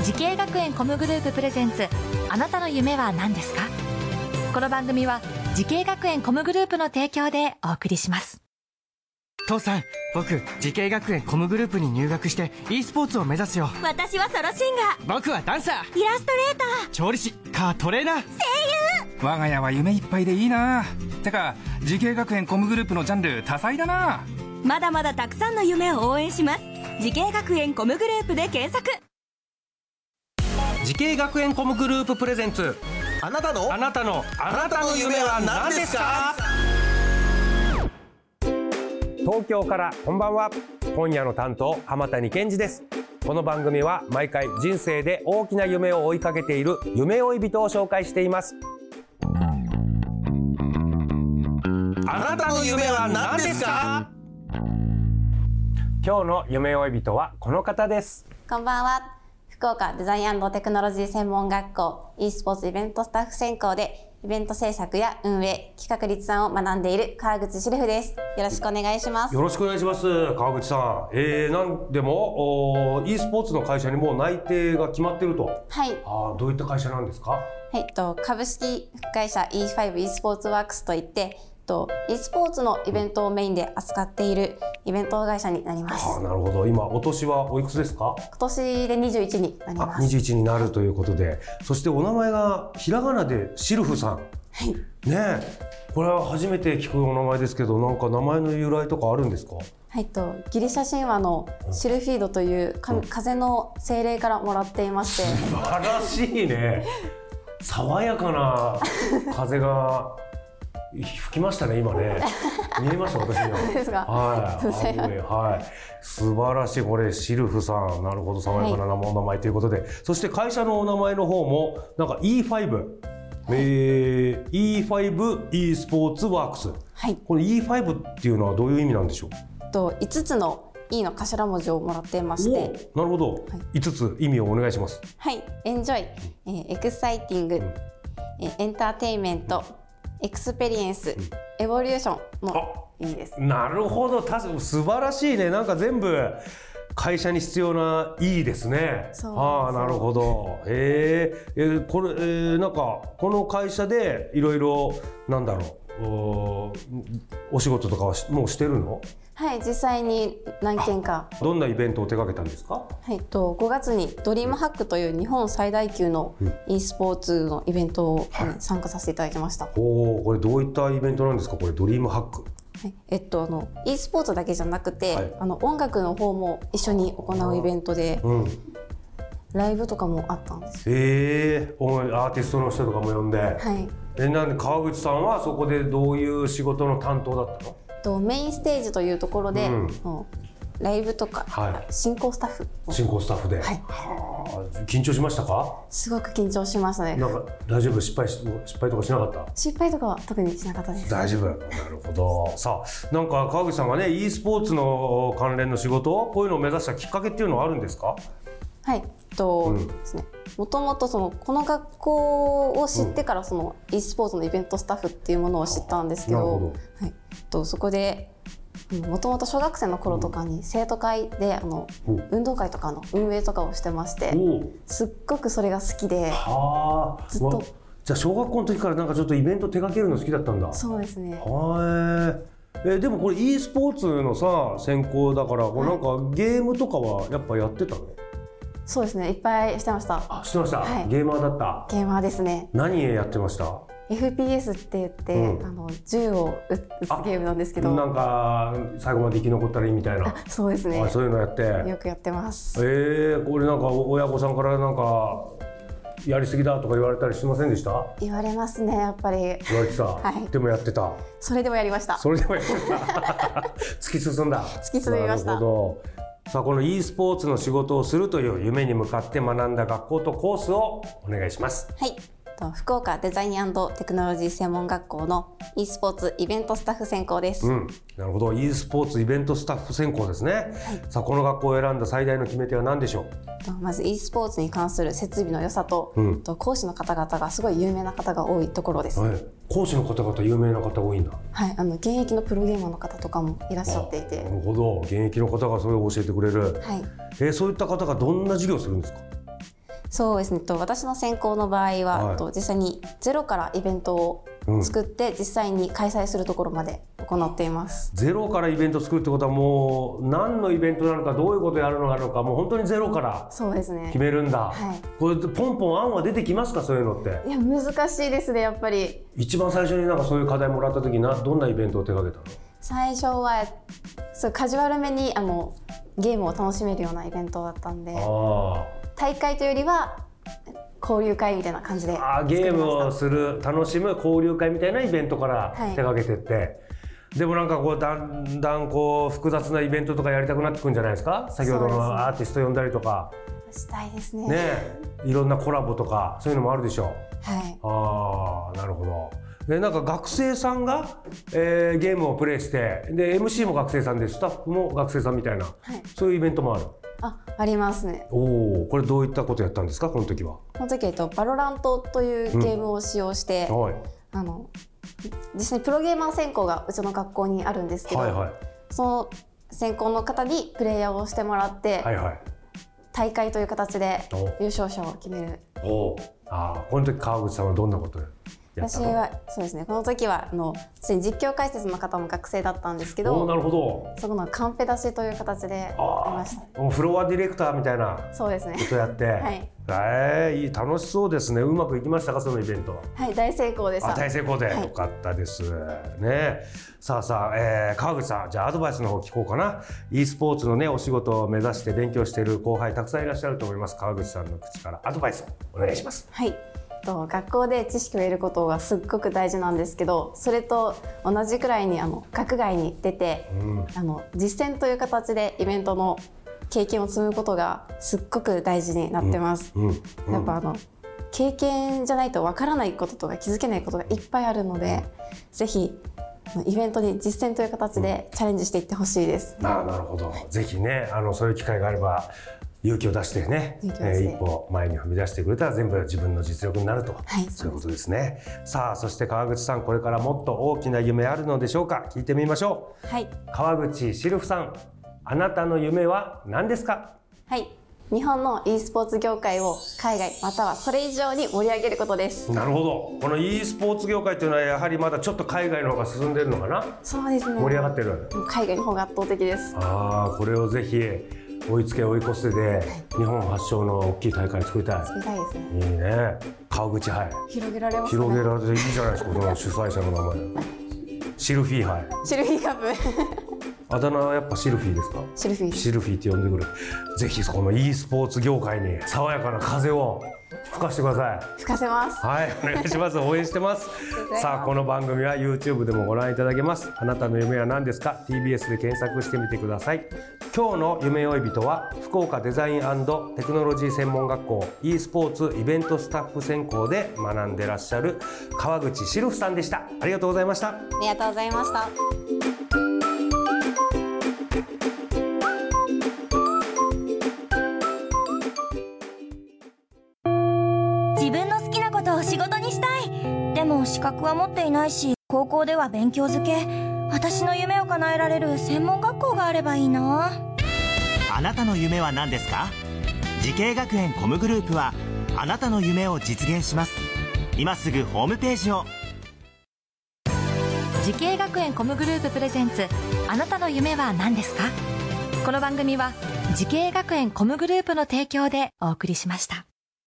時系学園コムグループプレゼンツ、あなたの夢は何ですか？この番組は時系学園コムグループの提供でお送りします。 父さん、僕時系学園コムグループに入学して e スポーツを目指すよ。 私はソロシンガー、 僕はダンサー、 イラストレーター、 調理師、カートレーナー、声優。我が家は夢いっぱいでいいな。てか時系学園コムグループのジャンル多彩だな。 まだまだたくさんの夢を応援します。時系学園コムグループで検索。 時系学園コムグループプレゼンツ、 あなたの夢は何ですか？ 東京からこんばんは。今夜の担当浜谷健二です。この番組は毎回人生で大きな夢を追いかけている夢追い人を紹介しています。 あなたの夢は何ですか？ 今日の夢追い人はこの方です。 こんばんは。福岡デザイン&テクノロジー専門学校 e スポーツイベントスタッフ専攻でイベント制作や運営、企画立案を学んでいる川口シルフです。よろしくお願いします。 よろしくお願いします。川口さん、なんでも e スポーツの会社にもう内定が決まってると。 はい。 どういった会社なんですか？ はい、株式会社 E5 e スポーツワークスといってe スポーツのイベントをメインで扱っているイベント会社になります。 なるほど。今お年はおいくつですか？ 今年で21になります。 21になるということで、そしてお名前がひらがなでシルフさん。 はい。 ねえ、これは初めて聞くお名前ですけど、なんか名前の由来とかあるんですか？ はい、ギリシャ神話のシルフィードという風の精霊からもらっていまして。 素晴らしいね。爽やかな風が吹きましたね、今ね。見えました、私には。 ですか。 はい。素晴らしい。これシルフさん、なるほど、爽やかなお名前ということで、そして会社のお名前の方もなんか E5、E5 e スポーツワークス。 はい。 これ E5 っていうのはどういう意味なんでしょう ？5つの E の頭文字をもらっていまして。 なるほど。5つ意味をお願いします。 はい。エンジョイ、エクサイティング、エンターテインメント、エクスペリエンス、エボリューションの意味です。 なるほど。素晴らしいね。なんか全部会社に必要ないいですね。なるほど。これ、なんかこの会社でいろいろなんだろう、お仕事とかはもうしてるの？ はい、実際に何件か。 どんなイベントを手掛けたんですか？ はい、5月にドリームハックという日本最大級の e スポーツのイベントに参加させていただきました。 これどういったイベントなんですか？これドリームハック。 はい、e スポーツだけじゃなくて、音楽の方も一緒に行うイベントで、ライブとかもあったんです。 アーティストの人とかも呼んで。 はい。 なんで川口さんはそこでどういう仕事の担当だったの？ メインステージというところで、ライブとか、進行スタッフで、 緊張しましたか？ すごく緊張しましたね。 なんか大丈夫？失敗とかしなかった？ 失敗とかは特にしなかったです。 大丈夫。なるほど。さあ、なんか川口さんがね e スポーツの関連の仕事、こういうのを目指したきっかけっていうのはあるんですか？ はい、ですね。もともとこの学校を知ってから e スポーツのイベントスタッフっていうものを知ったんですけど、はい、そこでもともと小学生の頃とかに生徒会で運動会とかの運営とかをしてまして、すっごくそれが好きで、ずっと。 じゃあ小学校の時からなんかちょっとイベント手掛けるの好きだったんだ。 そうですね。 でもこれ e スポーツのさ専攻だから、なんかゲームとかはやっぱやってたの？ そうですね、いっぱいしてました。 してました、ゲーマーだった？ ゲーマーですね。 何やってました？ FPS って言って、銃を撃つゲームなんですけど、 なんか最後まで生き残ったらいいみたいな。 そうですね。 そういうのやってよくやってます。 これなんか親御さんからなんかやりすぎだとか言われたりしませんでした？ 言われますね、やっぱり。 言われてた、でもやってた？ それでもやりました。 それでもやってた突き進んだ。 突き進みました。 なるほど。さあ、この e スポーツの仕事をするという夢に向かって学んだ学校とコースをお願いします。 はい、福岡デザイン&テクノロジー専門学校の e スポーツイベントスタッフ専攻です。 なるほど。 e スポーツイベントスタッフ専攻ですね。さあ、この学校を選んだ最大の決め手は何でしょう？ まず e スポーツに関する設備の良さと、講師の方々がすごい有名な方が多いところです。 講師の方々有名な方多いんだ。 はい、現役のプロゲーマーの方とかもいらっしゃっていて。 なるほど。現役の方がそれを教えてくれる。そういった方がどんな授業をするんですか？ そうですね。私の専攻の場合は、実際にゼロからイベントを作って、実際に開催するところまで行っています。 ゼロからイベント作るってことは、もう何のイベントなのか、どういうことやるのかもう本当にゼロから決めるんだ。これポンポン案は出てきますか、そういうのって。 いや、難しいですね、やっぱり。 一番最初になんかそういう課題もらった時どんなイベントを手掛けたの？ 最初はカジュアルめにゲームを楽しめるようなイベントだったんで、大会というよりは交流会みたいな感じで作りました。ゲームをする、楽しむ交流会みたいなイベントから手掛けてって、でもなんかだんだん複雑なイベントとかやりたくなってくるんじゃないですか？先ほどのアーティスト呼んだりとかしたいですね。 いろんなコラボとかそういうのもあるでしょう。 なるほど。でなんか学生さんが、ゲームをプレイしてで MC も学生さんでスタッフも学生さんみたいな、そういうイベントもある？ ありますね。 これどういったことやったんですか、この時は？ この時バロラントというゲームを使用して、実際にプロゲーマー専攻がうちの学校にあるんですけど、その専攻の方にプレイヤーをしてもらって、大会という形で優勝者を決める。 この時川口さんはどんなこと私はそうですね、この時は実況解説の方も学生だったんですけど、 なるほど、 そこのカンペ出しという形でやりました。 フロアディレクターみたいなことやって、楽しそうですね。うまくいきましたか、そのイベント？ 大成功でした。 大成功で、よかったですね。さあ、川口さん、じゃあアドバイスの方聞こうかな。e スポーツのねお仕事を目指して勉強している後輩たくさんいらっしゃると思います。川口さんの口からアドバイスをお願いします。 学校で知識を得ることがすっごく大事なんですけど、それと同じくらいに学外に出て、実践という形でイベントの経験を積むことがすっごく大事になってます。やっぱ経験じゃないとわからないこととか気づけないことがいっぱいあるので、ぜひイベントに実践という形でチャレンジしていってほしいです。 なるほど。ぜひね、そういう機会があれば勇気を出してね、一歩前に踏み出してくれたら全部自分の実力になると、そういうことですね。さあ、そして川口さん、これからもっと大きな夢あるのでしょうか？聞いてみましょう。川口シルフさん、あなたの夢は何ですか？ 日本の e スポーツ業界を海外またはそれ以上に盛り上げることです。 なるほど。この e スポーツ業界というのはやはりまだちょっと海外の方が進んでるのかな？ そうですね。 盛り上がってる。 海外の方が圧倒的です。 これをぜひ追いつけ追い越せで、日本発祥の大きい大会作りたい。 作りたいですね。 いいね。川口杯。 広げられますね。 広げられていいじゃないですか。その主催者の名前。シルフィー杯。 シルフィーカップ。 あだ名はやっぱシルフィーですか？シルフィー。シルフィーって呼んでくる。ぜひこの e スポーツ業界に爽やかな風を吹かしてください。 吹かせます。 お願いします。応援してます。さあ、この番組は YouTube でもご覧いただけます。あなたの夢は何ですか？ TBS で検索してみてください。今日の夢追い人は福岡デザイン&テクノロジー専門学校 e スポーツイベントスタッフ専攻で学んでらっしゃる川口シルフさんでした。ありがとうございました。 ありがとうございました。 自分の好きなことを仕事にしたい。でも資格は持っていないし、高校では勉強づけ。私の夢を叶えられる専門学校があればいいな。 あなたの夢は何ですか？時系学園コムグループはあなたの夢を実現します。今すぐホームページを。 時系学園コムグループプレゼンツ、あなたの夢は何ですか？この番組は時系学園コムグループの提供でお送りしました。